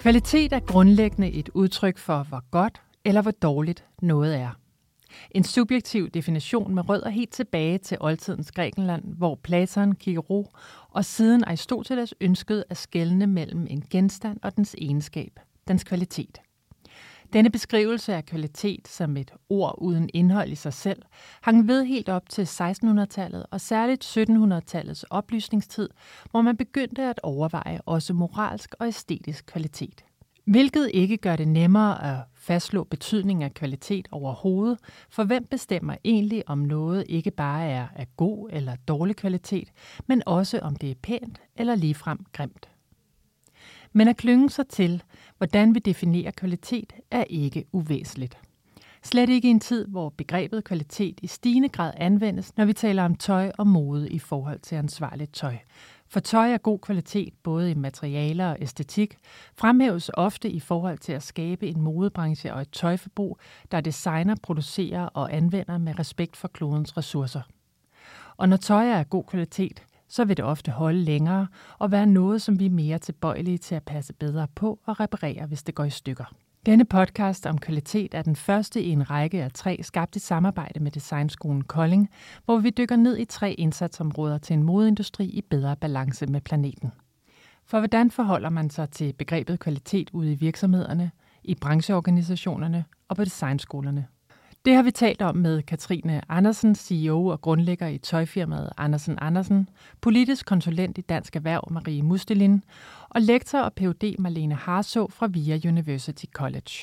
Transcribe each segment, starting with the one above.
Kvalitet er grundlæggende et udtryk for, hvor godt eller hvor dårligt noget er. En subjektiv definition med rødder helt tilbage til oldtidens Grækenland, hvor Platon, Cicero og siden Aristoteles ønskede at skelne mellem en genstand og dens egenskab, dens kvalitet. Denne beskrivelse af kvalitet som et ord uden indhold i sig selv hang ved helt op til 1600-tallet og særligt 1700-tallets oplysningstid, hvor man begyndte at overveje også moralsk og æstetisk kvalitet. Hvilket ikke gør det nemmere at fastslå betydningen af kvalitet overhovedet, for hvem bestemmer egentlig, om noget ikke bare er af god eller dårlig kvalitet, men også om det er pænt eller ligefrem grimt. Men at klynge sig til, hvordan vi definerer kvalitet, er ikke uvæsentligt. Slet ikke i en tid, hvor begrebet kvalitet i stigende grad anvendes, når vi taler om tøj og mode i forhold til ansvarligt tøj. For tøj af god kvalitet, både i materialer og æstetik, fremhæves ofte i forhold til at skabe en modebranche og et tøjforbrug, der designer, producerer og anvender med respekt for klodens ressourcer. Og når tøj er af god kvalitet, så vil det ofte holde længere og være noget, som vi er mere tilbøjelige til at passe bedre på og reparere, hvis det går i stykker. Denne podcast om kvalitet er den første i en række af 3, skabt i samarbejde med Designskolen Kolding, hvor vi dykker ned i 3 indsatsområder til en modeindustri i bedre balance med planeten. For hvordan forholder man sig til begrebet kvalitet ude i virksomhederne, i brancheorganisationerne og på designskolerne? Det har vi talt om med Katrine Andersen, CEO og grundlægger i tøjfirmaet Andersen Andersen, politisk konsulent i Dansk Erhverv Marie Mustelin og lektor og Ph.D. Marlene Harså fra VIA University College.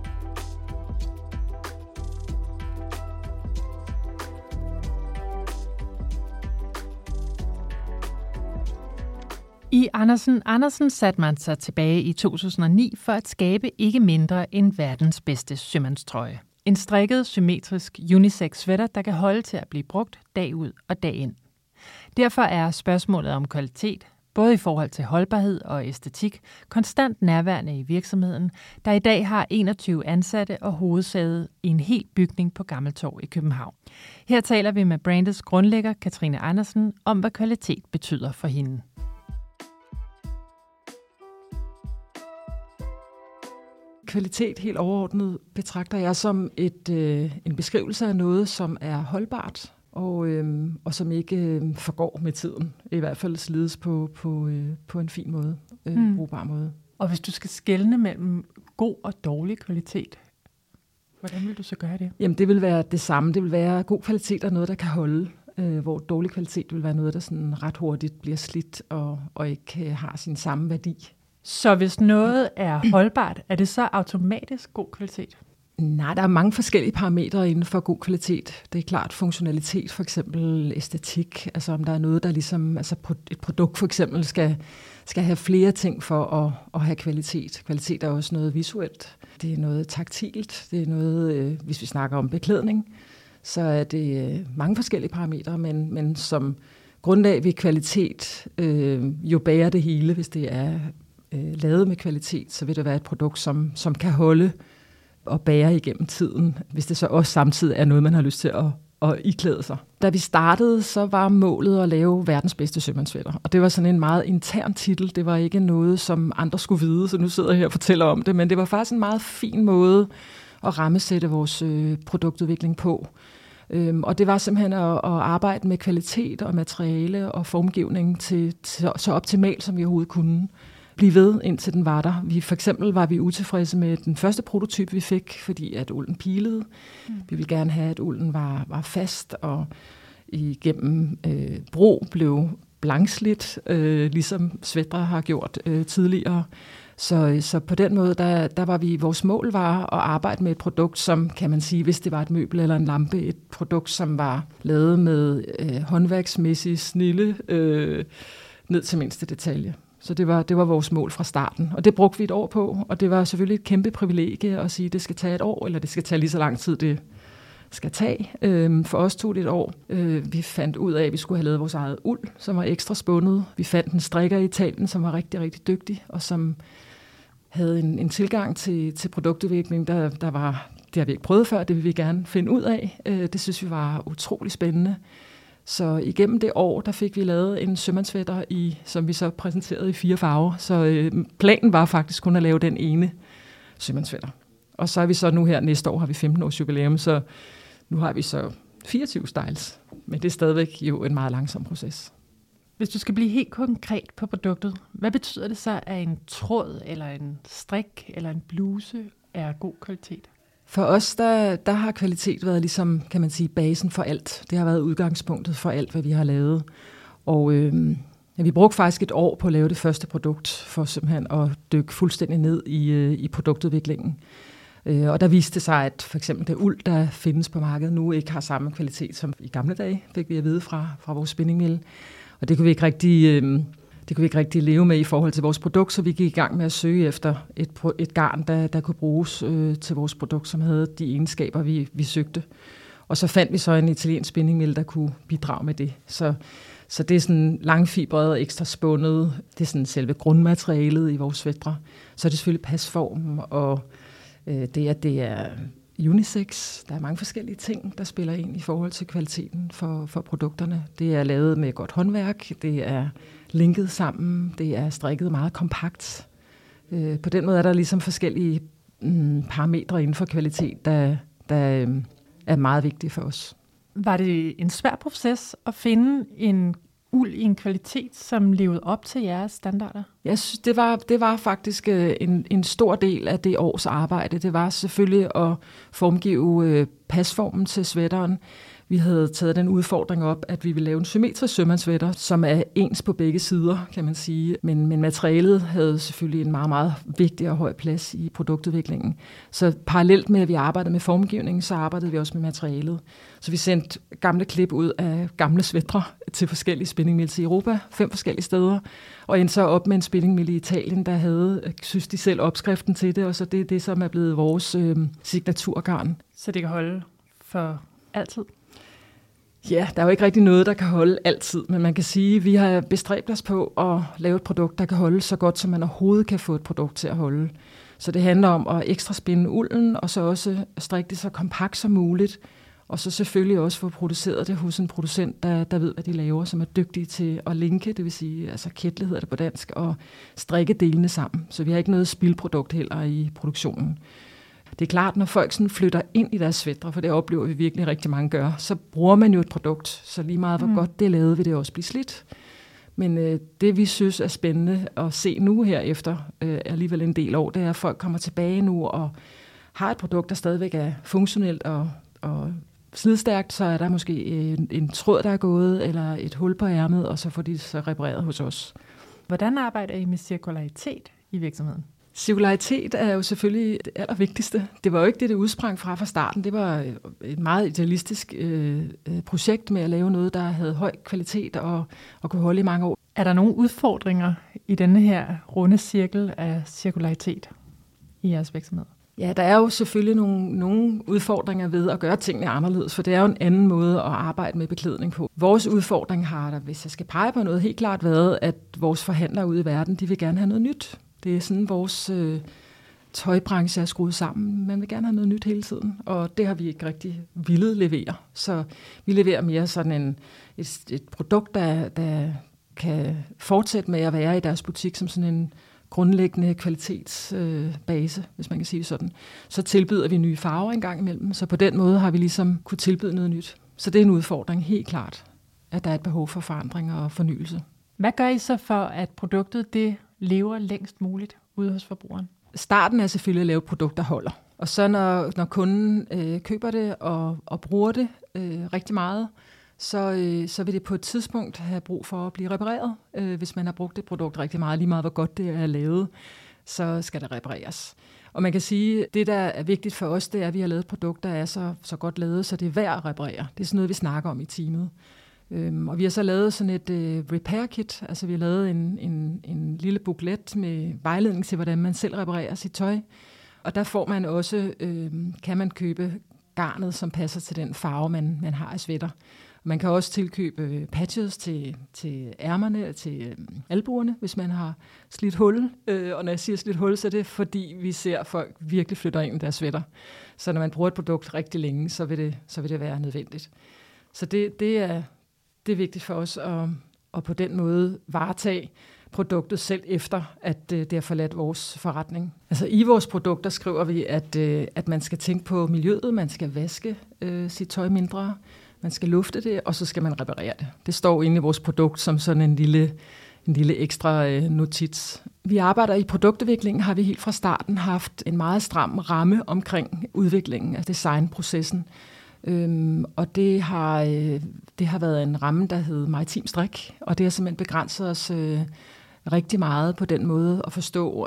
I Andersen Andersen satte man sig tilbage i 2009 for at skabe ikke mindre end verdens bedste sømandstrøje. En strikket, symmetrisk unisex sweater, der kan holde til at blive brugt dag ud og dag ind. Derfor er spørgsmålet om kvalitet, både i forhold til holdbarhed og æstetik, konstant nærværende i virksomheden, der i dag har 21 ansatte og hovedsæde i en hel bygning på Gammeltorv i København. Her taler vi med brandets grundlægger Katrine Andersen om, hvad kvalitet betyder for hende. Kvalitet helt overordnet betragter jeg som en beskrivelse af noget, som er holdbart og som ikke forgår med tiden. I hvert fald slides på en fin måde, brugbar måde. Og hvis du skal skelne mellem god og dårlig kvalitet, hvordan vil du så gøre det? Jamen det vil være det samme. Det vil være god kvalitet og noget, der kan holde. Hvor dårlig kvalitet vil være noget, der sådan ret hurtigt bliver slidt og ikke har sin samme værdi. Så hvis noget er holdbart, er det så automatisk god kvalitet? Nej, der er mange forskellige parametre inden for god kvalitet. Det er klart funktionalitet, for eksempel æstetik. Altså om der er noget, der ligesom, altså et produkt for eksempel skal have flere ting for at have kvalitet. Kvalitet er også noget visuelt. Det er noget taktilt. Det er noget, hvis vi snakker om beklædning, så er det mange forskellige parametre, men som grundlag ved kvalitet jo bærer det hele, hvis det er lavet med kvalitet, så vil det være et produkt, som kan holde og bære igennem tiden, hvis det så også samtidig er noget, man har lyst til at iklæde sig. Da vi startede, så var målet at lave verdens bedste sømandssweater, og det var sådan en meget intern titel. Det var ikke noget, som andre skulle vide, så nu sidder jeg her og fortæller om det, men det var faktisk en meget fin måde at rammesætte vores produktudvikling på. Og det var simpelthen at arbejde med kvalitet og materiale og formgivning til så optimalt, som vi overhovedet kunne. Blive ved, indtil den var der. For eksempel var vi utilfredse med den første prototype, vi fik, fordi at ulden pilede. Vi ville gerne have, at ulden var fast, og igennem brug blev blangslidt, ligesom sweatre har gjort tidligere. Så på den måde, der var vores mål var at arbejde med et produkt, som kan man sige, hvis det var et møbel eller en lampe, et produkt, som var lavet med håndværksmæssig snilde ned til mindste detalje. Så det var vores mål fra starten, og det brugte vi et år på, og det var selvfølgelig et kæmpe privilegie at sige, at det skal tage et år, eller det skal tage lige så lang tid, det skal tage. For os tog det et år. Vi fandt ud af, at vi skulle have lavet vores eget uld, som var ekstra spundet. Vi fandt en strikker i Italien, som var rigtig, rigtig dygtig, og som havde en tilgang til produktudvikling, der var, det har vi ikke prøvet før, det vil vi gerne finde ud af. Det synes vi var utrolig spændende. Så igennem det år, der fik vi lavet en sømandssweater, som vi så præsenterede i 4 farver. Så planen var faktisk kun at lave den ene sømandssweater. Og så er vi så nu her, næste år har vi 15 års jubilæum, så nu har vi så 24 styles. Men det er stadigvæk jo en meget langsom proces. Hvis du skal blive helt konkret på produktet, hvad betyder det så, at en tråd eller en strik eller en bluse er god kvalitet? For os, der har kvalitet været ligesom, kan man sige, basen for alt. Det har været udgangspunktet for alt, hvad vi har lavet. Og vi brugte faktisk et år på at lave det første produkt, for simpelthen at dykke fuldstændig ned i produktudviklingen. Og der viste det sig, at for eksempel det uld, der findes på markedet nu, ikke har samme kvalitet som i gamle dage, fik vi at vide fra vores spinningmill. Og det kunne vi ikke rigtig leve med i forhold til vores produkt, så vi gik i gang med at søge efter et garn, der kunne bruges til vores produkt, som havde de egenskaber, vi søgte. Og så fandt vi så en italiensk spinningmill, der kunne bidrage med det. Så det er sådan langfibret og ekstra spundet. Det er sådan selve grundmaterialet i vores sweatre. Så er det selvfølgelig pasform, og det er unisex. Der er mange forskellige ting, der spiller ind i forhold til kvaliteten for produkterne. Det er lavet med godt håndværk, det er linket sammen, det er strikket meget kompakt. På den måde er der ligesom forskellige parametre inden for kvalitet, der er meget vigtige for os. Var det en svær proces at finde en uld i en kvalitet, som levede op til jeres standarder? Jeg synes, det var faktisk en stor del af det års arbejde. Det var selvfølgelig at formgive pasformen til sweateren. Vi havde taget den udfordring op, at vi ville lave en symmetrisk sømandssweater, som er ens på begge sider, kan man sige. Men materialet havde selvfølgelig en meget, meget vigtig og høj plads i produktudviklingen. Så parallelt med, at vi arbejdede med formgivningen, så arbejdede vi også med materialet. Så vi sendte gamle klip ud af gamle sweatre til forskellige spinningmills i Europa, 5 forskellige steder, og endte så op med en spinningmill i Italien, der havde, synes de selv, opskriften til det, og så det er det, som er blevet vores signaturgarn. Så det kan holde for altid? Ja, der er jo ikke rigtig noget, der kan holde altid, men man kan sige, at vi har bestræbt os på at lave et produkt, der kan holde så godt, som man overhovedet kan få et produkt til at holde. Så det handler om at ekstra spinde ulden, og så også strikke det så kompakt som muligt, og så selvfølgelig også få produceret det hos en producent, der ved, hvad de laver, som er dygtige til at linke, det vil sige, altså kætle hedder det på dansk, og strikke delene sammen. Så vi har ikke noget spildprodukt heller i produktionen. Det er klart, når folk sådan flytter ind i deres sweatre, for det oplever vi virkelig rigtig mange gør, så bruger man jo et produkt, så lige meget hvor godt det er lavet, vil det også blive slidt. Men det vi synes er spændende at se nu her efter alligevel en del år, det er, at folk kommer tilbage nu og har et produkt, der stadigvæk er funktionelt og slidstærkt, så er der måske en tråd, der er gået, eller et hul på ærmet, og så får de så repareret hos os. Hvordan arbejder I med cirkularitet i virksomheden? Cirkularitet er jo selvfølgelig det allervigtigste. Det var jo ikke det udsprang fra starten. Det var et meget idealistisk projekt med at lave noget, der havde høj kvalitet og kunne holde i mange år. Er der nogle udfordringer i denne her runde cirkel af cirkularitet i jeres virksomhed? Ja, der er jo selvfølgelig nogle udfordringer ved at gøre tingene anderledes, for det er jo en anden måde at arbejde med beklædning på. Vores udfordring har der, hvis jeg skal pege på noget, helt klart været, at vores forhandlere ude i verden, de vil gerne have noget nyt. Det er sådan, vores tøjbranche er skruet sammen. Man vil gerne have noget nyt hele tiden, og det har vi ikke rigtig villet levere. Så vi leverer mere sådan et produkt, der kan fortsætte med at være i deres butik som sådan en grundlæggende kvalitetsbase, hvis man kan sige det sådan. Så tilbyder vi nye farver en gang imellem, så på den måde har vi ligesom kunne tilbyde noget nyt. Så det er en udfordring, helt klart, at der er et behov for forandring og fornyelse. Hvad gør I så for, at produktet det lever længst muligt ude hos forbrugeren? Starten er selvfølgelig at lave et produkt, der holder. Og så når kunden køber det og bruger det rigtig meget, så vil det på et tidspunkt have brug for at blive repareret. Hvis man har brugt et produkt rigtig meget, lige meget hvor godt det er lavet, så skal det repareres. Og man kan sige, at det, der er vigtigt for os, det er, at vi har lavet et produkt, der er så godt lavet, så det er værd at reparere. Det er sådan noget, vi snakker om i teamet. Og vi har så lavet sådan et repair kit, altså vi har lavet en lille booklet med vejledning til, hvordan man selv reparerer sit tøj. Og der får man også, kan man købe garnet, som passer til den farve, man har i sweater. Man kan også tilkøbe patches til ærmerne, til albuerne, hvis man har slidt hul. Og når jeg siger slidt hul, så er det fordi, vi ser, at folk virkelig flytter ind i deres sweater. Så når man bruger et produkt rigtig længe, så vil det være nødvendigt. Så det er Det er vigtigt for os at på den måde varetage produktet selv efter, at det har forladt vores forretning. Altså i vores produkter skriver vi, at man skal tænke på miljøet, man skal vaske sit tøj mindre, man skal lufte det, og så skal man reparere det. Det står inde i vores produkt som sådan en lille ekstra notits. Vi arbejder i produktudviklingen, har vi helt fra starten haft en meget stram ramme omkring udviklingen af designprocessen. Og det har været en ramme, der hed maritim strik, og det har simpelthen begrænset os rigtig meget på den måde at forstå,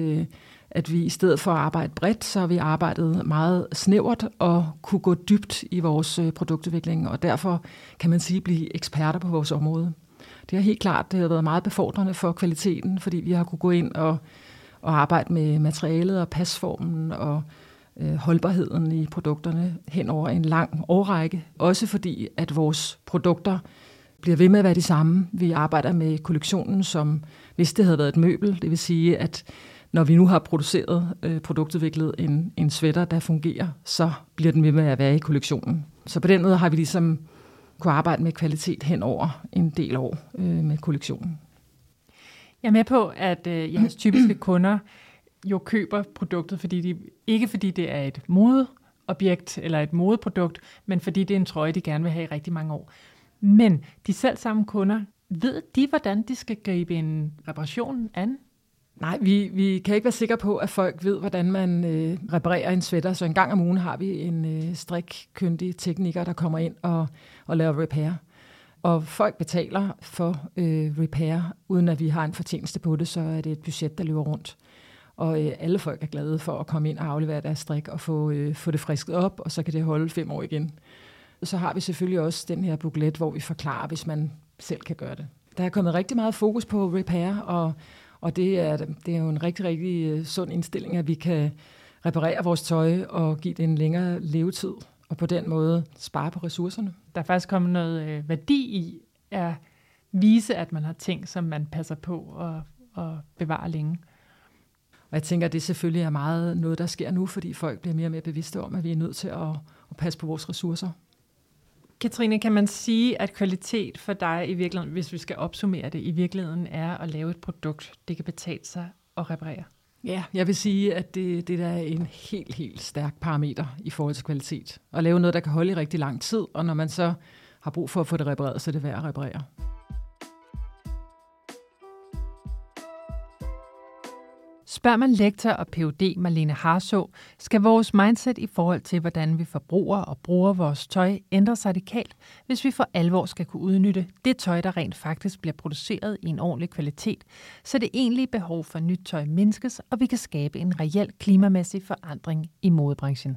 at vi i stedet for at arbejde bredt, så har vi arbejdet meget snævert og kunne gå dybt i vores produktudvikling, og derfor kan man sige blive eksperter på vores område. Det har helt klart det har været meget befordrende for kvaliteten, fordi vi har kunne gå ind og arbejde med materialet og pasformen og holdbarheden i produkterne hen over en lang årrække. Også fordi, at vores produkter bliver ved med at være de samme. Vi arbejder med kollektionen, som hvis det havde været et møbel. Det vil sige, at når vi nu har produceret, produktudviklet en sweater, der fungerer, så bliver den ved med at være i kollektionen. Så på den måde har vi ligesom kunne arbejde med kvalitet hen over en del år med kollektionen. Jeg er med på, at jeres typiske kunder jo køber produktet, ikke fordi det er et modeobjekt eller et modeprodukt, men fordi det er en trøje, de gerne vil have i rigtig mange år. Men de selv samme kunder, ved de, hvordan de skal gribe en reparation an? Nej, vi kan ikke være sikre på, at folk ved, hvordan man reparerer en sweater. Så en gang om ugen har vi en strikkyndig tekniker, der kommer ind og laver repair. Og folk betaler for repair, uden at vi har en fortjeneste på det, så er det et budget, der løber rundt. Og alle folk er glade for at komme ind og aflevere deres strik og få det frisket op, og så kan det holde 5 år igen. Så har vi selvfølgelig også den her booklet, hvor vi forklarer, hvis man selv kan gøre det. Der er kommet rigtig meget fokus på repair, og det er jo en rigtig, rigtig sund indstilling, at vi kan reparere vores tøj og give det en længere levetid, og på den måde spare på ressourcerne. Der er faktisk kommet noget værdi i at vise, at man har ting, som man passer på og bevarer længe. Og jeg tænker, at det selvfølgelig er meget noget, der sker nu, fordi folk bliver mere og mere bevidste om, at vi er nødt til at passe på vores ressourcer. Katrine, kan man sige, at kvalitet for dig i virkeligheden, hvis vi skal opsummere det, i virkeligheden er at lave et produkt, det kan betale sig at reparere? Ja, jeg vil sige, at det der er en helt, helt stærk parameter i forhold til kvalitet. At lave noget, der kan holde i rigtig lang tid, og når man så har brug for at få det repareret, så er det værd at reparere. Spørger man lektor og Ph.D. Malene Harså, skal vores mindset i forhold til, hvordan vi forbruger og bruger vores tøj, ændres radikalt, hvis vi for alvor skal kunne udnytte det tøj, der rent faktisk bliver produceret i en ordentlig kvalitet, så det egentlige behov for nyt tøj mindskes, og vi kan skabe en reel klimamæssig forandring i modebranchen.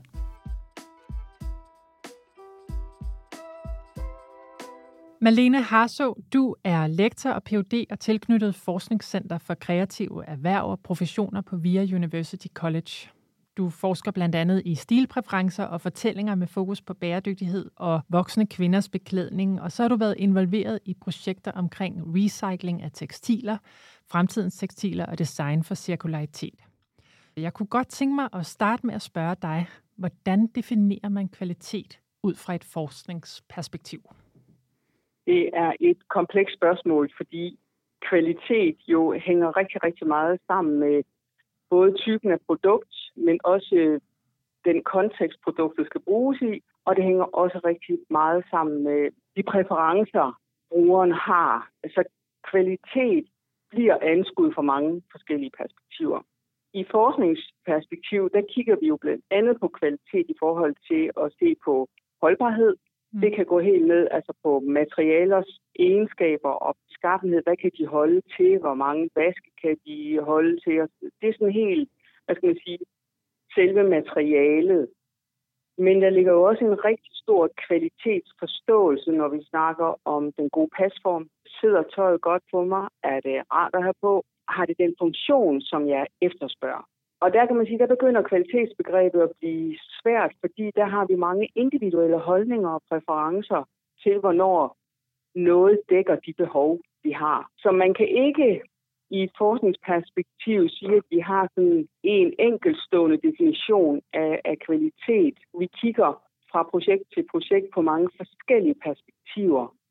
Malene Harså, du er lektor og Ph.D. og tilknyttet Forskningscenter for Kreative Erhverv og Professioner på VIA University College. Du forsker blandt andet i stilpræferencer og fortællinger med fokus på bæredygtighed og voksne kvinders beklædning, og så har du været involveret i projekter omkring recycling af tekstiler, fremtidens tekstiler og design for cirkularitet. Jeg kunne godt tænke mig at starte med at spørge dig, hvordan definerer man kvalitet ud fra et forskningsperspektiv? Det er et komplekst spørgsmål, fordi kvalitet jo hænger rigtig, rigtig meget sammen med både typen af produkt, men også den kontekst, produktet skal bruges i, og det hænger også rigtig meget sammen med de præferencer, brugeren har. Altså kvalitet bliver anskuet fra mange forskellige perspektiver. I forskningsperspektiv, der kigger vi jo blandt andet på kvalitet i forhold til at se på holdbarhed. Det kan gå helt ned altså på materialers egenskaber og beskaffenhed. Hvad kan de holde til? Hvor mange vaske kan de holde til? Det er sådan helt, selve materialet. Men der ligger jo også en rigtig stor kvalitetsforståelse, når vi snakker om den gode pasform. Sidder tøjet godt på mig? Er det rart at have på? Har det den funktion, som jeg efterspørger? Og der kan man sige, der begynder kvalitetsbegrebet at blive svært, fordi der har vi mange individuelle holdninger og præferencer til, hvornår noget dækker de behov, vi har. Så man kan ikke i et forskningsperspektiv sige, at vi har sådan en enkeltstående definition af kvalitet. Vi kigger fra projekt til projekt på mange forskellige perspektiver.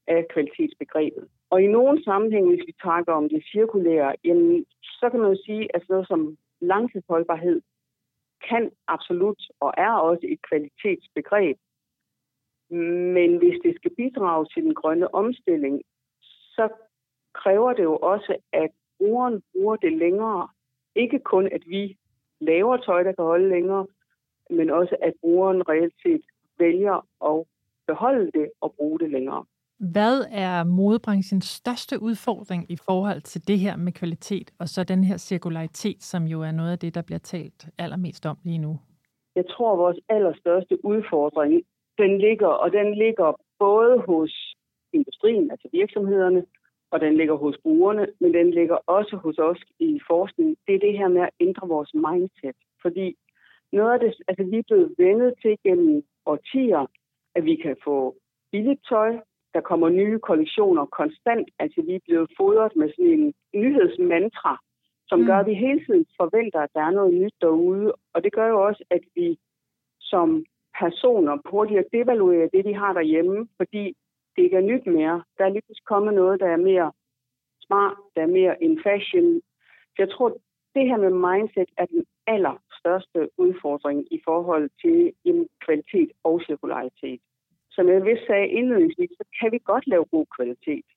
af kvalitetsbegrebet. Og i nogle sammenhænge, hvis vi takker om det cirkulære, jamen, så kan man jo sige, at noget som langtidsholdbarhed kan absolut og er også et kvalitetsbegreb. Men hvis det skal bidrage til den grønne omstilling, så kræver det jo også, at brugeren bruger det længere. Ikke kun, at vi laver tøj, der kan holde længere, men også, at brugeren reelt set vælger at beholde det og bruge det længere. Hvad er modebranchens største udfordring i forhold til det her med kvalitet, og så den her cirkularitet, som jo er noget af det, der bliver talt allermest om lige nu? Jeg tror, at vores allerstørste udfordring, den ligger både hos industrien, altså virksomhederne, og den ligger hos brugerne, men den ligger også hos os i forskning. Det er det her med at ændre vores mindset. Fordi noget af det, altså vi er blevet vendet til gennem årtier, at vi kan få billigt tøj. Der kommer nye kollektioner konstant. Altså vi er blevet fodret med sådan en nyhedsmantra, som gør, at vi hele tiden forventer, at der er noget nyt derude. Og det gør jo også, at vi som personer hurtigt devaluerer det, de har derhjemme, fordi det ikke er nyt mere. Der er lige pludselig kommet noget, der er mere smart, der er mere in fashion. Så jeg tror, det her med mindset er den allerstørste udfordring i forhold til kvalitet og cirkularitet. Som jeg vist sagde indledningsvis, så kan vi godt lave god kvalitet.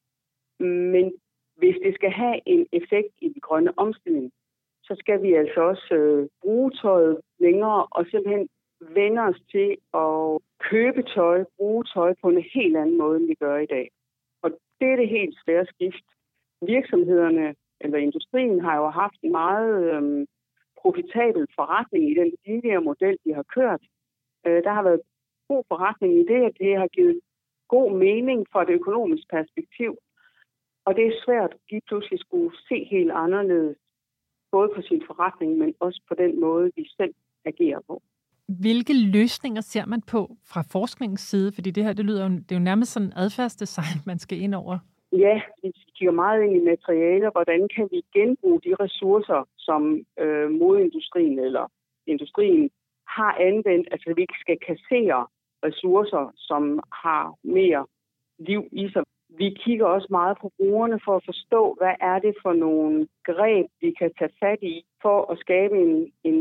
Men hvis det skal have en effekt i den grønne omstilling, så skal vi altså også bruge tøjet længere og simpelthen vende os til at købe tøj, bruge tøj på en helt anden måde, end vi gør i dag. Og det er det helt svære skift. Virksomhederne eller industrien har jo haft en meget profitabel forretning i den lineære model, de har kørt. Der har været god forretning i det, at det har givet god mening fra et økonomisk perspektiv. Og det er svært at lige pludselig skulle se helt anderledes, både på sin forretning, men også på den måde, vi selv agerer på. Hvilke løsninger ser man på fra forskningens side? Fordi det her, det er jo nærmest sådan en adfærdsdesign, man skal ind over. Ja, vi kigger meget ind i materialer. Hvordan kan vi genbruge de ressourcer, som modeindustrien eller industrien har anvendt? Altså, vi skal kassere ressourcer, som har mere liv i sig. Vi kigger også meget på brugerne for at forstå, hvad er det for nogle greb, vi kan tage fat i for at skabe en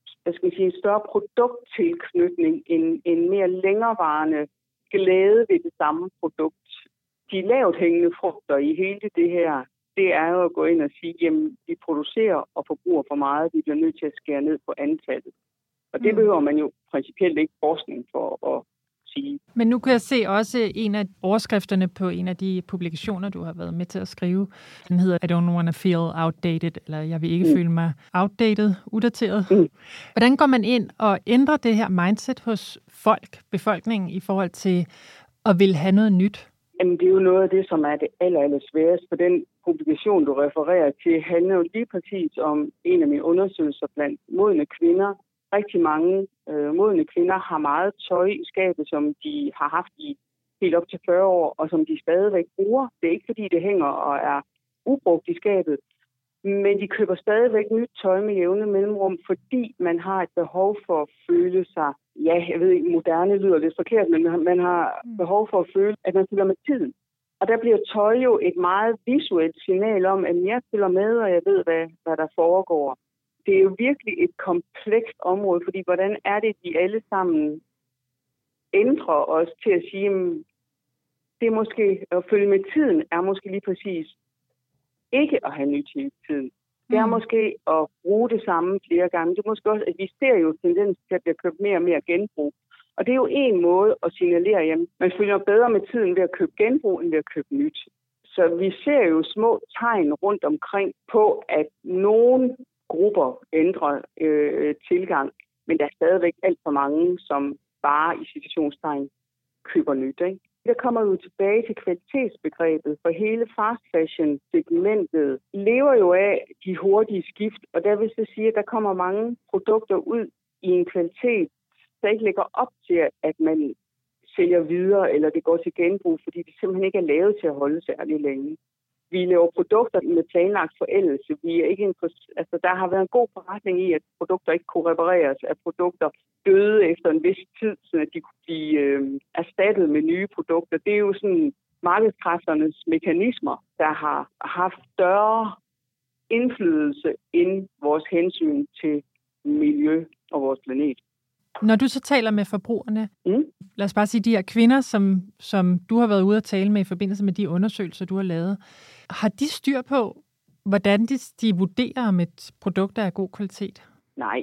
større produkttilknytning, en mere længerevarende glæde ved det samme produkt. De lavt hængende frugter i hele det her, det er jo at gå ind og sige, jamen, vi producerer og forbruger for meget, vi bliver nødt til at skære ned på antallet. Og det behøver man jo principielt ikke forskning for at sige. Men nu kan jeg se også en af overskrifterne på en af de publikationer, du har været med til at skrive. Den hedder I don't wanna feel outdated, eller jeg vil ikke føle mig outdated, udateret. Hvordan går man ind og ændrer det her mindset hos befolkningen, i forhold til at vil have noget nyt? Jamen, det er jo noget af det, som er det allersværeste. For den publikation, du refererer til, handler jo lige præcis om en af mine undersøgelser blandt modne kvinder. Rigtig mange modne kvinder har meget tøj i skabet, som de har haft i helt op til 40 år, og som de stadigvæk bruger. Det er ikke, fordi det hænger og er ubrugt i skabet, men de køber stadigvæk nyt tøj med jævne mellemrum, fordi man har et behov for at føle sig, ja, jeg ved ikke, moderne lyder lidt forkert, men man har behov for at føle, at man følger med tiden. Og der bliver tøj jo et meget visuelt signal om, at jeg følger med, og jeg ved, hvad der foregår. Det er jo virkelig et komplekst område, fordi hvordan er det, de alle sammen ændrer os til at sige, at det er måske at følge med tiden, er måske lige præcis ikke at have nyt hele tiden. Det er måske at bruge det samme flere gange. Det er måske også, at vi ser jo tendens til, at der køber mere og mere genbrug. Og det er jo en måde at signalere, at man følger bedre med tiden ved at købe genbrug, end ved at købe nyt. Så vi ser jo små tegn rundt omkring på, at nogle grupper ændrer tilgang, men der er stadigvæk alt for mange, som bare i citationstegn køber nyt. Ikke? Der kommer jo tilbage til kvalitetsbegrebet, for hele fast fashion segmentet lever jo af de hurtige skift, og der vil så sige, at der kommer mange produkter ud i en kvalitet, der ikke ligger op til, at man sælger videre, eller det går til genbrug, fordi det simpelthen ikke er lavet til at holde særlig længe. Vi laver produkter med planlagt forældelse. Der har været en god forretning i, at produkter ikke kunne repareres, at produkter døde efter en vis tid, så at de kunne blive erstattet med nye produkter. Det er jo sådan markedskræfternes mekanismer, der har haft større indflydelse end vores hensyn til miljø og vores planet. Når du så taler med forbrugerne, lad os bare sige de her kvinder, som du har været ude at tale med i forbindelse med de undersøgelser, du har lavet, har de styr på, hvordan de vurderer, om et produkt er af god kvalitet? Nej.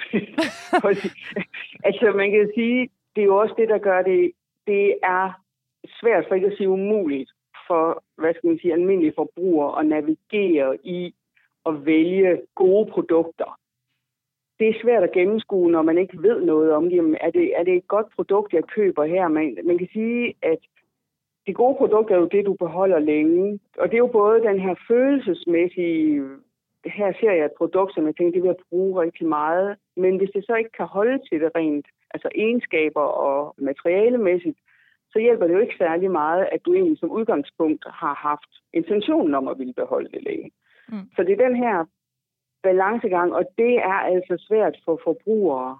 Altså man kan sige, det er jo også det, der gør det. Det er svært, for ikke at sige umuligt, for almindelige forbrugere at navigere i at vælge gode produkter. Det er svært at gennemskue, når man ikke ved noget om det. Er det et godt produkt, jeg køber her? Man kan sige, at det gode produkt er jo det, du beholder længe. Og det er jo både den her følelsesmæssige, her ser jeg et produkt, som jeg tænker, det vil jeg bruge rigtig meget. Men hvis det så ikke kan holde til det rent, altså egenskaber og materialemæssigt, så hjælper det jo ikke særlig meget, at du egentlig som udgangspunkt har haft intentionen om at ville beholde det længe. Så det er den her balancegang, og det er altså svært for forbrugere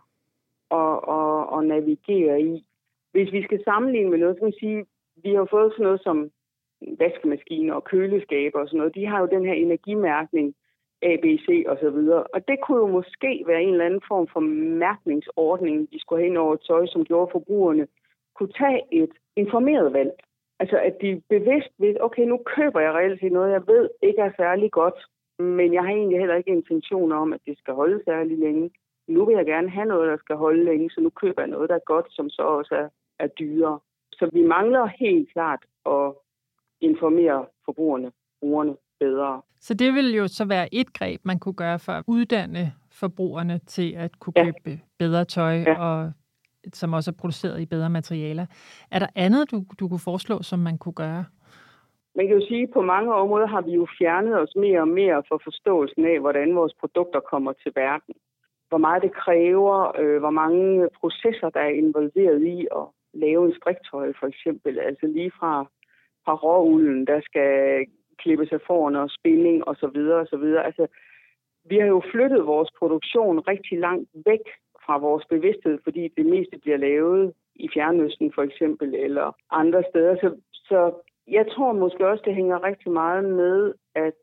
at navigere i. Hvis vi skal sammenligne med noget, så kan man sige, vi har fået sådan noget som vaskemaskiner og køleskaber og sådan noget. De har jo den her energimærkning, A, B, C og så videre. Og det kunne jo måske være en eller anden form for mærkningsordning, de skulle have ind over tøj, som gjorde forbrugerne kunne tage et informeret valg. Altså at de bevidst ved, okay, nu køber jeg reelt set noget, jeg ved ikke er særlig godt, men jeg har egentlig heller ikke intentioner om, at det skal holde særlig længe. Nu vil jeg gerne have noget, der skal holde længe, så nu køber jeg noget, der er godt, som så også er dyrere. Så vi mangler helt klart at informere brugerne bedre. Så det vil jo så være et greb, man kunne gøre for at uddanne forbrugerne til at kunne købe bedre tøj, og som også er produceret i bedre materialer. Er der andet, du kunne foreslå, som man kunne gøre? Man kan jo sige, at på mange områder har vi jo fjernet os mere og mere for forståelsen af, hvordan vores produkter kommer til verden. Hvor meget det kræver, hvor mange processer, der er involveret i at lave en striktøj, for eksempel. Altså lige fra råulden, der skal klippes af fåren og spinding osv. Altså, vi har jo flyttet vores produktion rigtig langt væk fra vores bevidsthed, fordi det meste bliver lavet i Fjernøsten for eksempel, eller andre steder. Så jeg tror måske også, det hænger rigtig meget med, at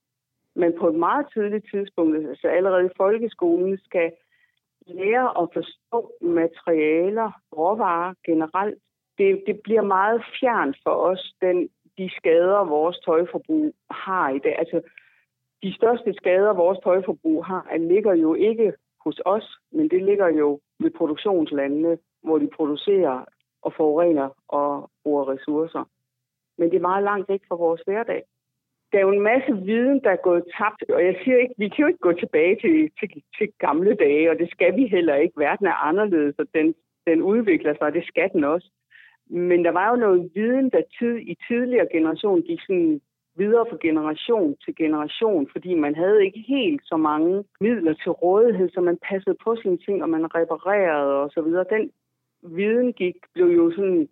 man på et meget tidligt tidspunkt, altså allerede i folkeskolen, skal lære at forstå materialer, råvarer generelt. Det bliver meget fjernt for os, de skader, vores tøjforbrug har i dag. Altså, de største skader, vores tøjforbrug har, ligger jo ikke hos os, men det ligger jo ved produktionslandene, hvor de producerer og forurener og bruger ressourcer. Men det er meget langt væk fra vores hverdag. Der er jo en masse viden, der er gået tabt, og jeg siger ikke, vi kan jo ikke gå tilbage til gamle dage, og det skal vi heller ikke. Verden er anderledes, og den udvikler sig, og det skal den også. Men der var jo noget viden, der i tidligere generation gik sådan videre fra generation til generation, fordi man havde ikke helt så mange midler til rådighed, så man passede på sine ting, og man reparerede og så videre. Den viden blev jo sådan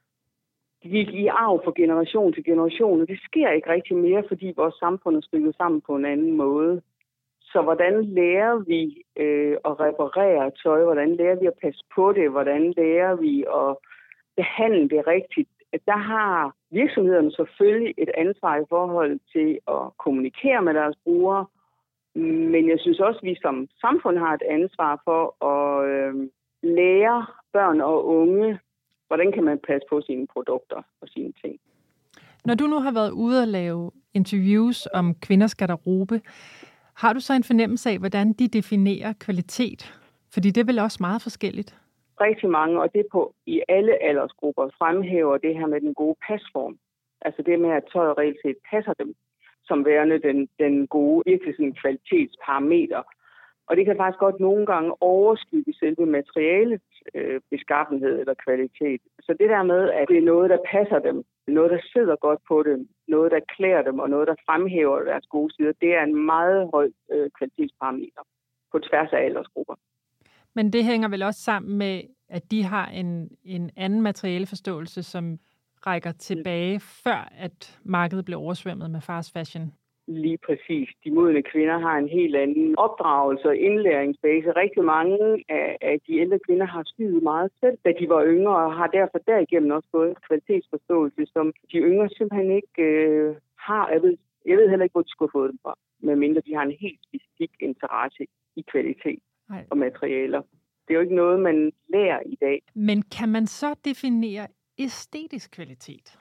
gik i arv fra generation til generation, og det sker ikke rigtig mere, fordi vores samfund er stykket sammen på en anden måde. Så hvordan lærer vi at reparere tøj? Hvordan lærer vi at passe på det? Hvordan lærer vi at behandle det rigtigt? Der har virksomhederne selvfølgelig et ansvar i forhold til at kommunikere med deres brugere, men jeg synes også, at vi som samfund har et ansvar for at lære børn og unge, hvordan kan man passe på sine produkter og sine ting. Når du nu har været ude at lave interviews om kvinders garderobe, har du så en fornemmelse af, hvordan de definerer kvalitet? Fordi det er vel også meget forskelligt. Rigtig mange, og det på i alle aldersgrupper, fremhæver det her med den gode pasform. Altså det med, at tøjet reelt set passer dem, som værende den gode, virkelig sådan kvalitetsparameter. Og det kan faktisk godt nogle gange overskygge selve materialets beskaffenhed eller kvalitet. Så det der med, at det er noget, der passer dem, noget, der sidder godt på dem, noget, der klæder dem, og noget, der fremhæver deres gode sider, det er en meget høj kvalitetsparameter på tværs af aldersgrupper. Men det hænger vel også sammen med, at de har en anden materialeforståelse, som rækker tilbage, før at markedet blev oversvømmet med fast fashion? Lige præcis. De modne kvinder har en helt anden opdragelse og indlæringsbase. Rigtig mange af de ældre kvinder har syet meget selv, da de var yngre, og har derfor derigennem også fået en kvalitetsforståelse, som de yngre simpelthen ikke har. Jeg ved heller ikke, hvor de skulle have fået dem fra, medmindre de har en helt specifik interesse i kvalitet og materialer. Det er jo ikke noget, man lærer i dag. Men kan man så definere æstetisk kvalitet?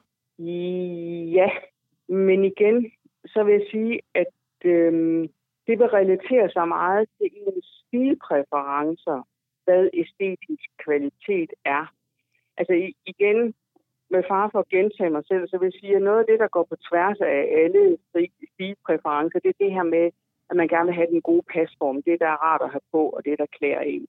Ja, men igen, så vil jeg sige, at det vil relatere sig meget til ens stilpræferencer, hvad æstetisk kvalitet er. Altså igen, med fare for at gentage mig selv, så vil jeg sige, at noget af det, der går på tværs af alle stilpræferencer, det er det her med, at man gerne vil have den gode pasform, det der er rart at have på, og det der klæder en.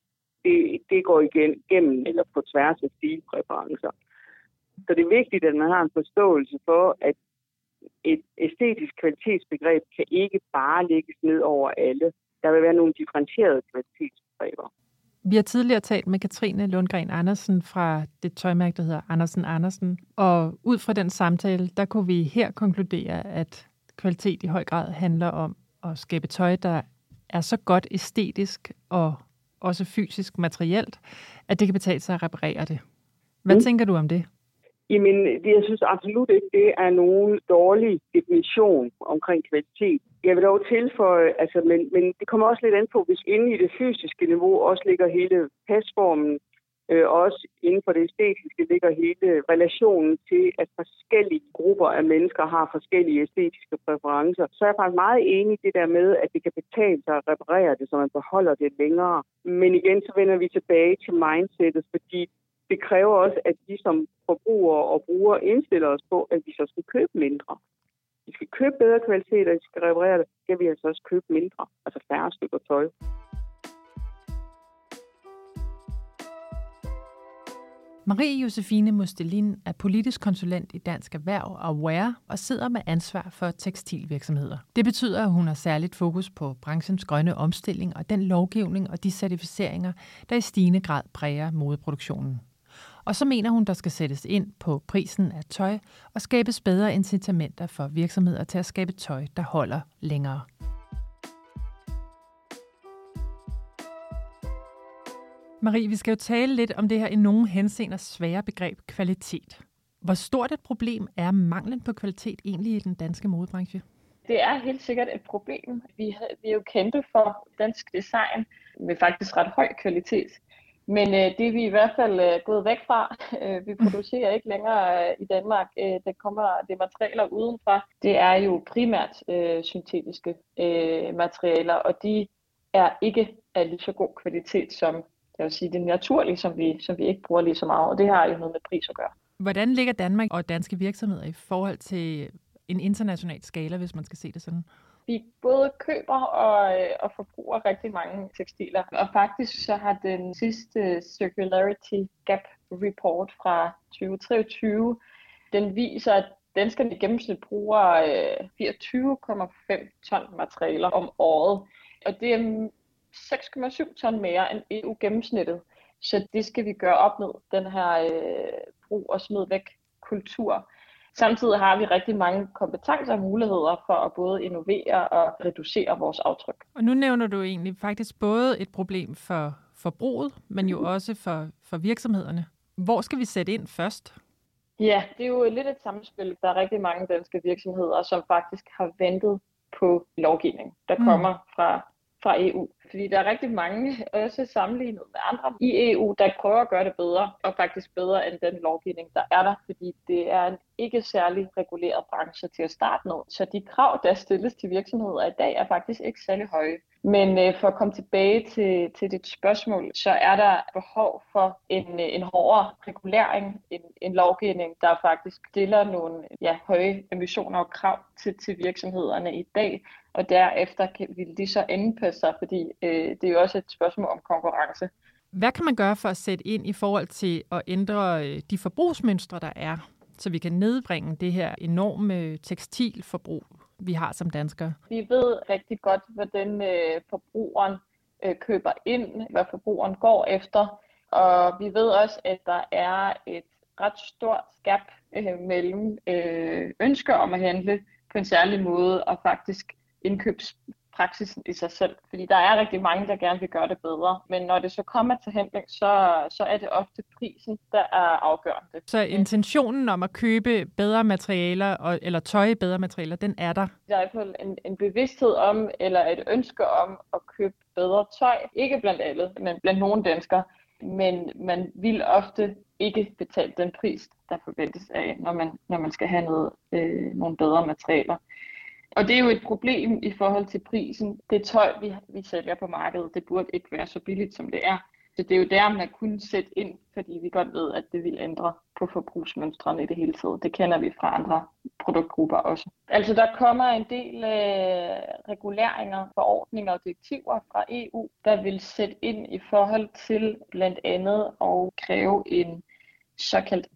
Det går igennem eller på tværs af stilpræferencer. Så det er vigtigt, at man har en forståelse for, at et æstetisk kvalitetsbegreb kan ikke bare lægges ned over alle. Der vil være nogle differentierede kvalitetsbegreber. Vi har tidligere talt med Katrine Lundgren Andersen fra det tøjmærke, der hedder Andersen Andersen. Og ud fra den samtale, der kunne vi her konkludere, at kvalitet i høj grad handler om at skabe tøj, der er så godt æstetisk og også fysisk materielt, at det kan betale sig at reparere det. Hvad tænker du om det? Jamen, jeg synes absolut ikke, det er nogen dårlig definition omkring kvalitet. Jeg vil dog tilføje, men det kommer også lidt an på, hvis inde i det fysiske niveau også ligger hele pasformen, også inden for det æstetiske ligger hele relationen til, at forskellige grupper af mennesker har forskellige æstetiske præferencer. Så er jeg faktisk meget enig i det der med, at det kan betale sig at reparere det, så man beholder det længere. Men igen, så vender vi tilbage til mindsetet, fordi det kræver også, at vi som forbrugere og brugere indstiller os på, at vi så skal købe mindre. Vi skal købe bedre kvalitet, og vi skal reparere det, skal vi altså også købe mindre, altså færre stykker tøj. Marie Josefine Mustelin er politisk konsulent i Dansk Erhverv og WEAR og sidder med ansvar for tekstilvirksomheder. Det betyder, at hun har særligt fokus på branchens grønne omstilling og den lovgivning og de certificeringer, der i stigende grad præger modeproduktionen. Og så mener hun, der skal sættes ind på prisen af tøj og skabes bedre incitamenter for virksomheder til at skabe tøj, der holder længere. Marie, vi skal jo tale lidt om det her i nogle henseender svære begreb kvalitet. Hvor stort et problem er manglen på kvalitet egentlig i den danske modebranche? Det er helt sikkert et problem. Vi er jo kendte for dansk design med faktisk ret høj kvalitet. Men det er vi i hvert fald gået væk fra. Vi producerer ikke længere i Danmark. Det materialer udenfra. Det er jo primært syntetiske materialer, og de er ikke af lige så god kvalitet som, jeg vil sige, det naturlige, som vi ikke bruger lige så meget. Og det har jo noget med pris at gøre. Hvordan ligger Danmark og danske virksomheder i forhold til en international skala, hvis man skal se det sådan? Vi både køber og forbruger rigtig mange tekstiler. Og faktisk så har den sidste Circularity Gap Report fra 2023, den viser, at danskerne i gennemsnit bruger 24,5 ton materialer om året. Og det er 6,7 ton mere end EU-gennemsnittet. Så det skal vi gøre op med, den her brug og smid væk kultur. Samtidig har vi rigtig mange kompetencer og muligheder for at både innovere og reducere vores aftryk. Og nu nævner du egentlig faktisk både et problem for forbruget, men jo også for virksomhederne. Hvor skal vi sætte ind først? Ja, det er jo lidt et samspil. Der er rigtig mange danske virksomheder, som faktisk har ventet på lovgivning, der kommer fra EU. Fordi der er rigtig mange, også sammenlignet med andre i EU, der prøver at gøre det bedre, og faktisk bedre end den lovgivning, der er der. Fordi det er en ikke særlig reguleret branche til at starte med. Så de krav, der stilles til virksomheder i dag, er faktisk ikke særlig høje. Men for at komme tilbage til dit spørgsmål, så er der behov for en hårdere regulering, en lovgivning, der faktisk stiller nogle høje emissioner og krav til virksomhederne i dag. Og derefter vil de så indpasse sig, fordi det er jo også et spørgsmål om konkurrence. Hvad kan man gøre for at sætte ind i forhold til at ændre de forbrugsmønstre, der er, så vi kan nedbringe det her enorme tekstilforbrug, vi har som danskere? Vi ved rigtig godt, hvordan forbrugeren køber ind, hvad forbrugeren går efter. Og vi ved også, at der er et ret stort gap mellem ønsker om at handle på en særlig måde, og faktisk indkøbspraksisen i sig selv. Fordi der er rigtig mange, der gerne vil gøre det bedre. Men når det så kommer til handling, så er det ofte prisen, der er afgørende. Så intentionen om at købe bedre materialer, eller tøj i bedre materialer, den er der? Der er i hvert fald en bevidsthed om, eller et ønske om at købe bedre tøj. Ikke blandt alle, men blandt nogle danskere. Men man vil ofte ikke betale den pris, der forventes af, når man skal have nogle bedre materialer. Og det er jo et problem i forhold til prisen. Det tøj, vi sælger på markedet, det burde ikke være så billigt, som det er. Så det er jo der, man kunne sætte ind, fordi vi godt ved, at det vil ændre på forbrugsmønstrene i det hele taget. Det kender vi fra andre produktgrupper også. Altså der kommer en del reguleringer, forordninger og direktiver fra EU, der vil sætte ind i forhold til blandt andet at kræve en såkaldt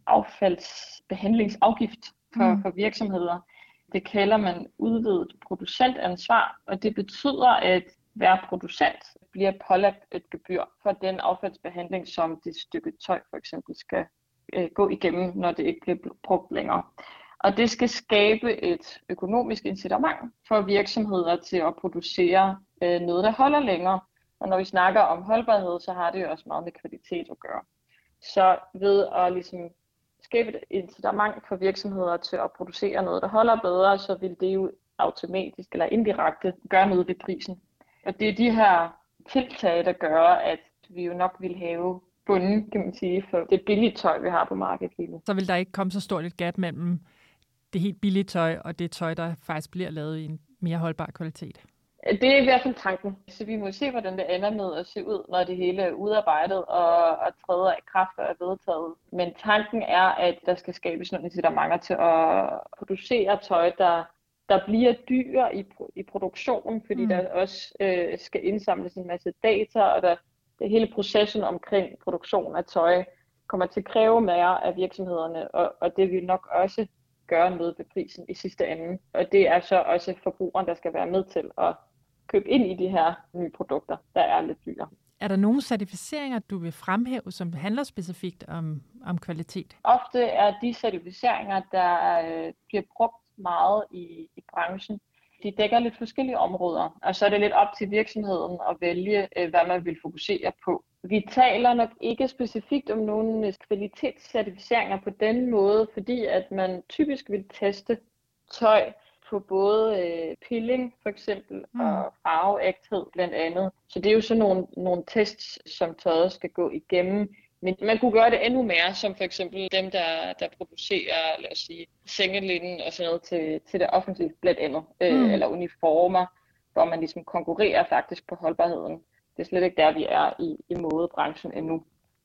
affaldsbehandlingsafgift for virksomheder. Det kalder man udvidet producentansvar, og det betyder, at hver producent bliver pålagt et gebyr for den affaldsbehandling, som det stykke tøj for eksempel skal gå igennem, når det ikke bliver brugt længere. Og det skal skabe et økonomisk incitament for virksomheder til at producere noget, der holder længere. Og når vi snakker om holdbarhed, så har det jo også meget med kvalitet at gøre. Så ved at ligesom skabe et incitament for virksomheder til at producere noget, der holder bedre, så vil det jo automatisk eller indirekte gøre noget ved prisen. Og det er de her tiltag, der gør, at vi jo nok vil have bunden, kan man sige, for det billige tøj, vi har på markedet lige nu. Så vil der ikke komme så stort et gap mellem det helt billige tøj og det tøj, der faktisk bliver lavet i en mere holdbar kvalitet? Det er i hvert fald tanken. Så vi må se, hvordan det ender med at se ud, når det hele er udarbejdet og træder i kraft og er vedtaget. Men tanken er, at der skal skabes nogle incitamenter til at producere tøj, der bliver dyr i produktionen, fordi der også skal indsamles en masse data, og det hele processen omkring produktion af tøj kommer til at kræve mere af virksomhederne, og det vil nok også gøre noget ved prisen i sidste ende. Og det er så også forbrugeren, der skal være med til at købe ind i de her nye produkter, der er lidt dyre. Er der nogle certificeringer, du vil fremhæve, som handler specifikt om kvalitet? Ofte er de certificeringer, der bliver brugt meget i branchen, de dækker lidt forskellige områder, og så er det lidt op til virksomheden at vælge, hvad man vil fokusere på. Vi taler nok ikke specifikt om nogle kvalitetscertificeringer på den måde, fordi at man typisk vil teste tøj på både pilling for eksempel og farveægthed blandt andet. Så det er jo sådan nogle tests, som tøjet skal gå igennem. Men man kunne gøre det endnu mere, som for eksempel dem, der producerer, lad os sige, sengelinnen og sådan noget til det offentlige blandt andet, eller uniformer, hvor man ligesom konkurrerer faktisk på holdbarheden. Det er slet ikke der, vi er i modebranchen endnu.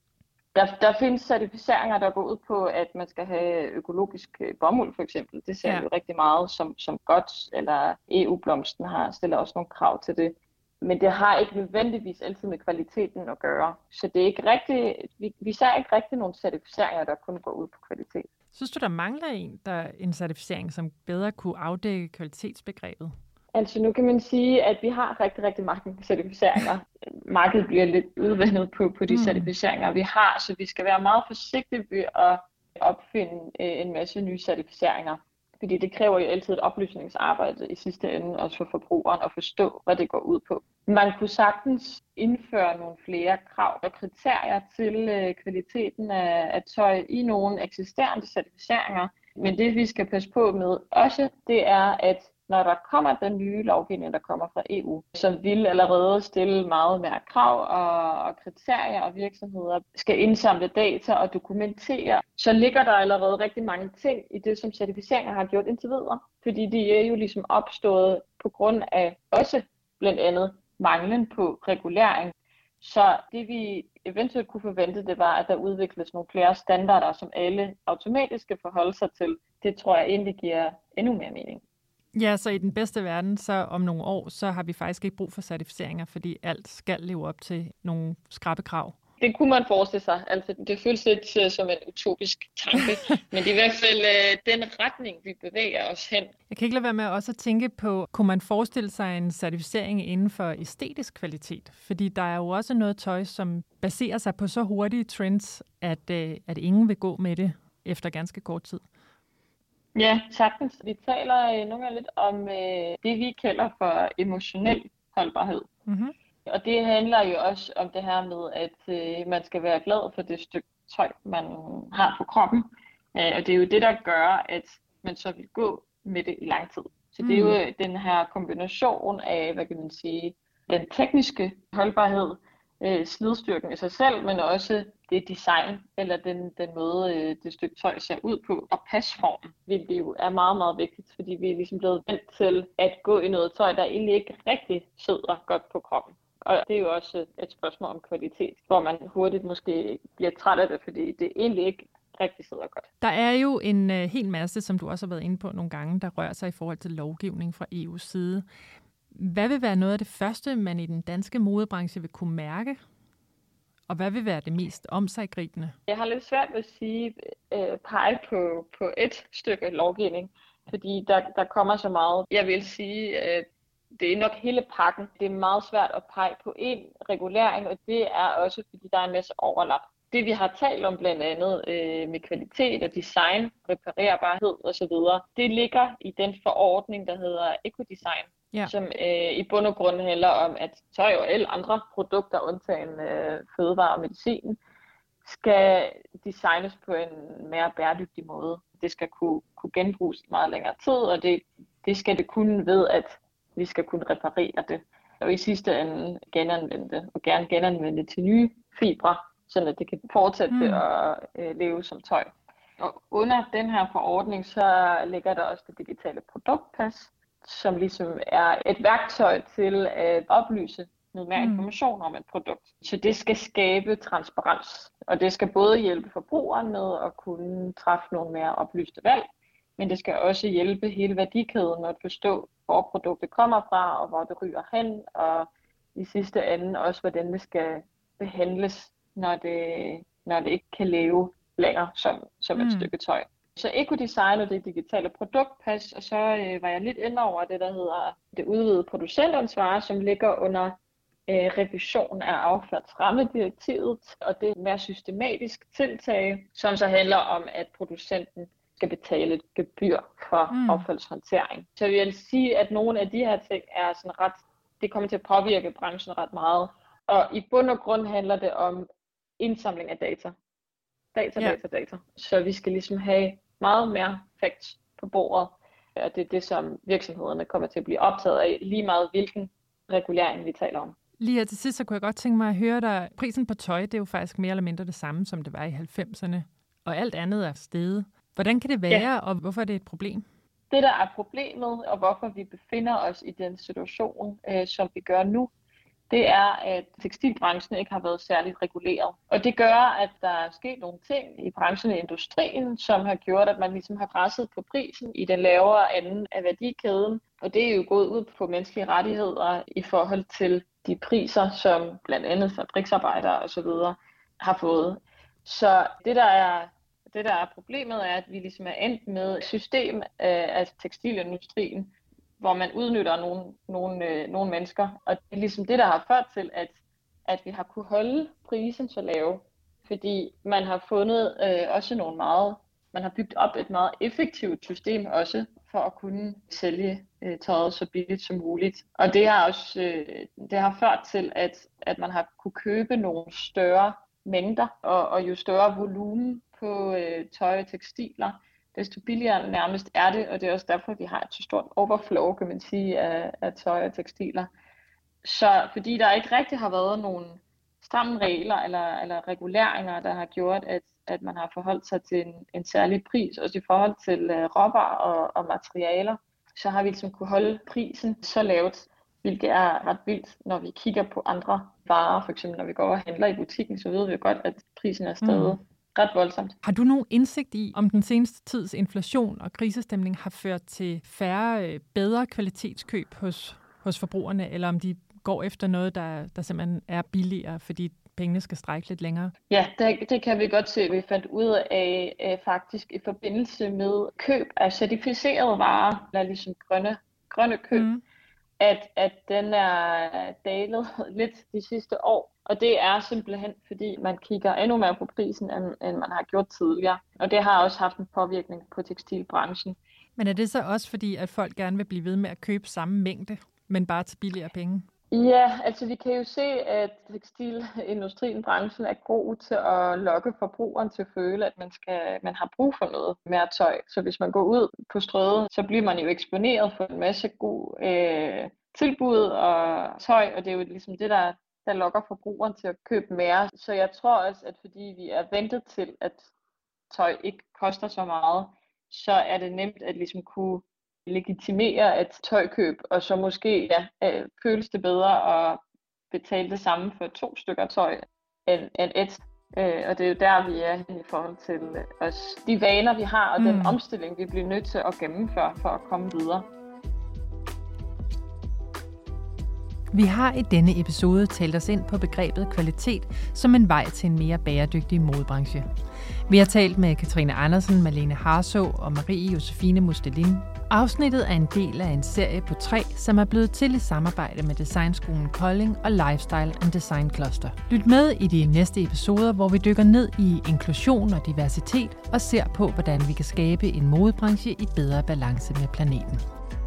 Der findes certificeringer, der går ud på, at man skal have økologisk bomuld for eksempel. Det ser jo rigtig meget som godt, eller EU-blomsten stiller også nogle krav til det. Men det har ikke nødvendigvis altid med kvaliteten at gøre. Så det er ikke rigtig, vi ser ikke rigtig nogle certificeringer, der kun går ud på kvalitet. Synes du, der mangler en certificering, som bedre kunne afdække kvalitetsbegrebet? Altså nu kan man sige, at vi har rigtig, rigtig mange certificeringer. Markedet bliver lidt udvandet på de certificeringer, vi har, så vi skal være meget forsigtige ved at opfinde en masse nye certificeringer. Fordi det kræver jo altid et oplysningsarbejde i sidste ende, også for forbrugeren at forstå, hvad det går ud på. Man kunne sagtens indføre nogle flere krav og kriterier til kvaliteten af tøj i nogle eksisterende certificeringer. Men det vi skal passe på med også, det er, at når der kommer den nye lovgivning, der kommer fra EU, som vil allerede stille meget mere krav og kriterier, og virksomheder skal indsamle data og dokumentere, så ligger der allerede rigtig mange ting i det, som certificeringer har gjort indtil videre. Fordi de er jo ligesom opstået på grund af også blandt andet manglen på regulering. Så det vi eventuelt kunne forvente, det var, at der udvikles nogle flere standarder, som alle automatisk skal forholde sig til. Det tror jeg egentlig giver endnu mere mening. Ja, så i den bedste verden, så om nogle år, så har vi faktisk ikke brug for certificeringer, fordi alt skal leve op til nogle skrappe krav. Det kunne man forestille sig. Altså, det føles lidt som en utopisk tanke, men det er i hvert fald den retning, vi bevæger os hen. Jeg kan ikke lade være med også at tænke på, kunne man forestille sig en certificering inden for æstetisk kvalitet? Fordi der er jo også noget tøj, som baserer sig på så hurtige trends, at ingen vil gå med det efter ganske kort tid. Ja, sagtens. Vi taler nogle gange lidt om det, vi kalder for emotionel holdbarhed. Mm-hmm. Og det handler jo også om det her med, at man skal være glad for det stykke tøj, man har på kroppen. Og det er jo det, der gør, at man så vil gå med det i lang tid. Så det er jo den her kombination af, hvad kan man sige, den tekniske holdbarhed, slidstyrken i sig selv, men også det design, eller den måde, det stykke tøj ser ud på, og pasformen, hvilket jo er meget, meget vigtigt, fordi vi er ligesom blevet vant til at gå i noget tøj, der egentlig ikke rigtig sidder godt på kroppen. Og det er jo også et spørgsmål om kvalitet, hvor man hurtigt måske bliver træt af det, fordi det egentlig ikke rigtig sidder godt. Der er jo en hel masse, som du også har været inde på nogle gange, der rører sig i forhold til lovgivning fra EU's side. Hvad vil være noget af det første, man i den danske modebranche vil kunne mærke? Og hvad vil være det mest omsiggribende? Jeg har lidt svært ved at sige, pege på et stykke lovgivning, fordi der kommer så meget. Jeg vil sige, det er nok hele pakken. Det er meget svært at pege på en regulering, og det er også, fordi der er en masse overlap. Det vi har talt om blandt andet med kvalitet og design, reparerbarhed osv., det ligger i den forordning, der hedder Ecodesign, som i bund og grund handler om, at tøj og alle andre produkter, undtagen fødevare og medicin, skal designes på en mere bæredygtig måde. Det skal kunne genbruges i meget længere tid, og det skal det kunne ved, at vi skal kunne reparere det. Og i sidste ende genanvende det, og gerne genanvende det til nye fibre, så at det kan fortsætte at leve som tøj. Og under den her forordning, så ligger der også det digitale produktpas, som ligesom er et værktøj til at oplyse noget mere information om et produkt. Så det skal skabe transparens, og det skal både hjælpe forbrugeren med at kunne træffe nogle mere oplyste valg, men det skal også hjælpe hele værdikæden med at forstå, hvor produktet kommer fra, og hvor det ryger hen, og i sidste ende også, hvordan det skal behandles, når det ikke kan leve længere som et stykke tøj. Så Ecodesign og det digitale produktpas, og så var jeg lidt inde over det, der hedder det udvidede producentansvar, som ligger under revision af affaldsrammedirektivet, og det er et mere systematisk tiltag, som så handler om, at producenten skal betale et gebyr for affaldshåndtering. Så jeg vil sige, at nogle af de her ting er sådan det kommer til at påvirke branchen ret meget. Og i bund og grund handler det om indsamling af data. Data. Så vi skal ligesom have meget mere facts på bordet, og det er det, som virksomhederne kommer til at blive optaget af, lige meget hvilken regulering vi taler om. Lige her til sidst, så kunne jeg godt tænke mig at høre dig. Prisen på tøj, det er jo faktisk mere eller mindre det samme, som det var i 90'erne, og alt andet er steget. Hvordan kan det være, og hvorfor er det et problem? Det, der er problemet, og hvorfor vi befinder os i den situation, som vi gør nu, det er, at tekstilbranchen ikke har været særligt reguleret. Og det gør, at der er sket nogle ting i branchen i industrien, som har gjort, at man ligesom har presset på prisen i den lavere ende af værdikæden. Og det er jo gået ud på menneskelige rettigheder i forhold til de priser, som blandt andet fabriksarbejdere osv. har fået. Så det, der er problemet, er, at vi ligesom er endt med et system af tekstilindustrien, hvor man udnytter nogle mennesker. Og det er ligesom det, der har ført til, at vi har kunne holde prisen så lave. Fordi man har fundet man har bygget op et meget effektivt system også, for at kunne sælge tøjet så billigt som muligt. Og det har også det har ført til, at man har kunne købe nogle større mængder, og jo større volumen på tøj og tekstiler, desto billigere nærmest er det, og det er også derfor, at vi har et så stort overflow, kan man sige, af tøj og tekstiler. Så fordi der ikke rigtig har været nogle stramme regler eller reguleringer, der har gjort, at man har forholdt sig til en særlig pris, også i forhold til råvarer og materialer, så har vi ligesom kunne holde prisen så lavt, hvilket er ret vildt, når vi kigger på andre varer. For eksempel når vi går og handler i butikken, så ved vi godt, at prisen er stadig ret voldsomt. Har du nogen indsigt i, om den seneste tids inflation og krisestemning har ført til færre, bedre kvalitetskøb hos forbrugerne, eller om de går efter noget, der simpelthen er billigere, fordi pengene skal strække lidt længere? Ja, det kan vi godt se. Vi fandt ud af faktisk i forbindelse med køb af certificerede varer, eller ligesom grønne køb, at den er dalet lidt de sidste år. Og det er simpelthen, fordi man kigger endnu mere på prisen, end man har gjort tidligere. Og det har også haft en påvirkning på tekstilbranchen. Men er det så også fordi, at folk gerne vil blive ved med at købe samme mængde, men bare til billigere penge? Ja, altså vi kan jo se, at tekstilindustrien, branchen er god til at lokke forbrugeren til at føle, at man har brug for noget mere tøj. Så hvis man går ud på Strøget, så bliver man jo eksponeret for en masse god tilbud og tøj, og det er jo ligesom det, der lokker forbrugeren til at købe mere. Så jeg tror også, at fordi vi er ventet til, at tøj ikke koster så meget, så er det nemt at ligesom kunne legitimere et tøjkøb, og så måske føles det bedre at betale det samme for 2 stykker tøj end et. Og det er jo der, vi er i forhold til os. De vaner, vi har, og den omstilling, vi bliver nødt til at gennemføre for at komme videre. Vi har i denne episode talt os ind på begrebet kvalitet som en vej til en mere bæredygtig modebranche. Vi har talt med Katrine Andersen, Malene Harså og Marie Josefine Mustelin. Afsnittet er en del af en serie på 3, som er blevet til i samarbejde med Designskolen Kolding og Lifestyle and Design Cluster. Lyt med i de næste episoder, hvor vi dykker ned i inklusion og diversitet og ser på, hvordan vi kan skabe en modebranche i bedre balance med planeten.